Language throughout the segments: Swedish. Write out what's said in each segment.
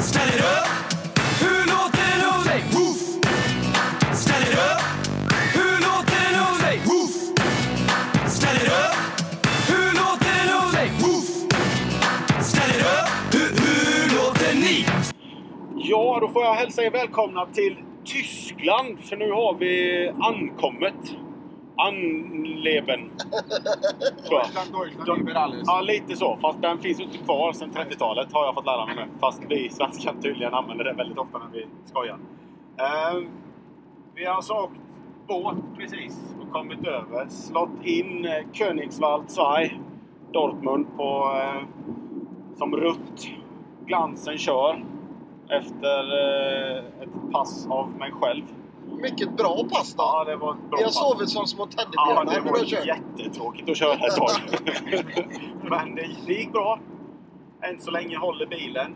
Ställ er upp. Hur låter det nu? Säg woof. Ställ er upp. Hur låter det nu? Säg woof. Ställ er upp. Hur låter det nu? Säg woof. Ställ er upp. Hur låter ni? Ja, då får jag hälsa er välkomna till Tyskland. För nu har vi ankommit. Anleben. Ja, lite så. Fast den finns inte kvar sedan 30-talet har jag fått lära mig nu. Fast vi svenskar tydligen använder det väldigt ofta när vi skojar. Vi har alltså åkt båt precis och kommit över. Slått in Königswald 2, Dortmund på som rutt Glansen kör. Efter ett pass av mig själv. Mycket bra pass då. Ja, det var ett bra Vi har pass. sovit som små teddybjörnar. Ja, det var jättetråkigt att köra ett tag. Men det gick bra. Än så länge håller bilen.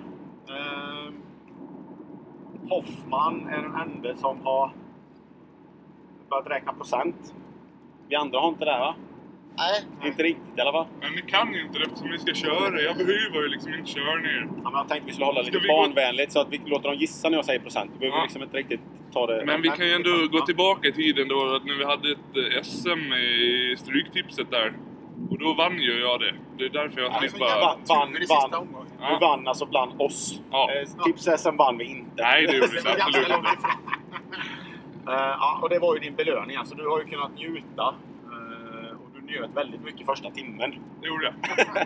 Hoffman är den enda som har börjat räkna procent. Vi andra har inte det, va? Nej. Inte riktigt, eller va? Men ni kan ju inte det eftersom vi ska köra. Jag behöver ju liksom inte köra ner. Ja, men jag tänkte vi skulle hålla lite vi barnvänligt så att vi låter dem gissa när jag säger procent. Vi behöver liksom inte riktigt ta det. Men vi kan ju ändå gå tillbaka i tiden då när vi hade ett SM i Stryktipset där. Och då vann ju jag det. Det är därför jag vann. Vi vann alltså bland oss. Ja. Tips-SM vann vi inte. Nej, det gjorde vi absolut inte. Ja, och det var ju din belöning. Alltså, du har ju kunnat njuta. Och du njöt väldigt mycket första timmen. Det gjorde jag.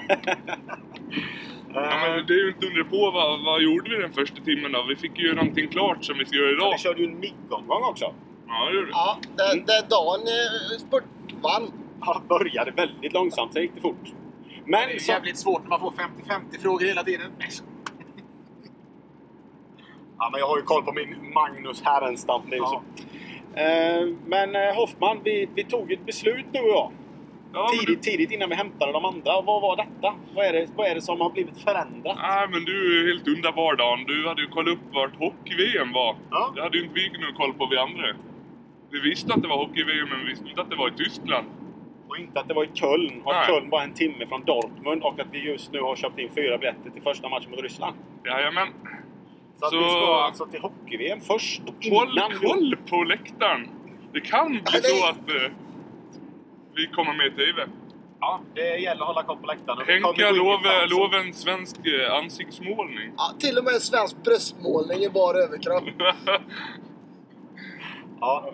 Ja, men det är ju inte undra på vad gjorde vi den första timmen då? Vi fick ju någonting klart som vi ska göra idag. Vi körde ju en mick-omgång också. Ja, det gjorde vi. Ja, där Dan spurtvann. Ja, började väldigt långsamt, så gick det fort. Men det är jävligt svårt när man får 50-50 frågor hela tiden. Ja, men jag har ju koll på min Magnus Härenstam. Det är ju så. Men Hoffman, vi tog ett beslut nu och jag. Ja, Tidigt innan vi hämtade de andra. Vad var detta? Vad är det som har blivit förändrat? Nej, men du är helt underbar, Dan. Du hade ju kollat upp vart hockey-VM var. Ja. Det hade ju inte vi kunnat kolla på vi andra. Vi visste att det var hockey-VM, men vi visste inte att det var i Tyskland. Och inte att det var i Köln. Och att Nej. Köln var en timme från Dortmund. Och att vi just nu har köpt in 4 biljetter till första matchen mot Ryssland. Jajamän. Så att vi ska alltså till hockey-VM först. Koll på läktaren. Det kan bli så att vi kommer med i TV. Ja, det gäller att hålla koll på läktaren. Henka lovar en svensk ansiktsmålning. Ja, till och med en svensk bröstmålning i bar överkropp. Ja,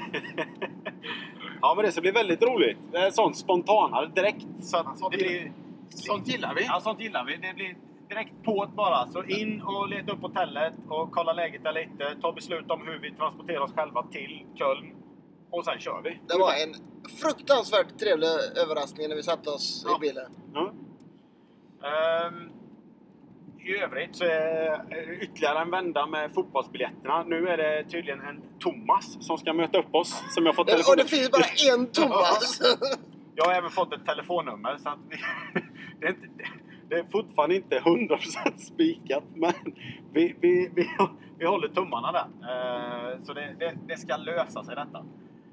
ja, men det ska bli väldigt roligt. Det är sånt spontanare direkt. Så att det blir... Sånt gillar vi. Ja, sånt gillar vi. Det blir direkt på bara. Så in och leta upp hotellet och kolla läget där lite. Ta beslut om hur vi transporterar oss själva till Köln. Och sen kör vi. Det var en fruktansvärt trevlig överraskning när vi satte oss i bilen. Ja. I övrigt så är det ytterligare en vända med fotbollsbiljetterna. Nu är det tydligen en Thomas som ska möta upp oss. Som jag fått Och det finns bara en Thomas. Jag har även fått ett telefonnummer. Så att det är fortfarande inte 100% spikat. Men vi håller tummarna där. Så det ska lösa sig detta.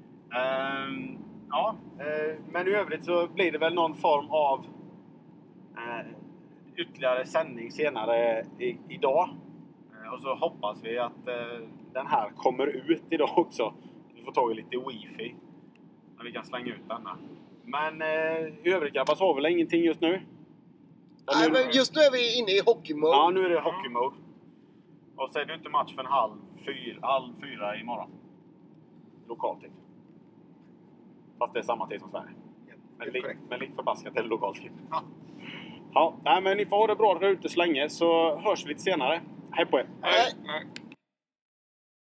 Men i övrigt så blir det väl någon form av ytterligare sändning senare idag. Och så hoppas vi att den här kommer ut idag också. Vi får tag i lite wifi. Men vi kan slänga ut den här. Men i övrigt grabbar så har väl ingenting just nu. Nej, men just nu är vi inne i hockeymode. Ja, nu är det hockeymode. Och så är det inte match för 3:30 imorgon. Lokaltid. Fast det är samma tid som Sverige. Men lite förbaskat är det lokaltid. Ja, nej, men ni får ha det bra där ute så länge så hörs vi lite senare. Hej på er! Nej.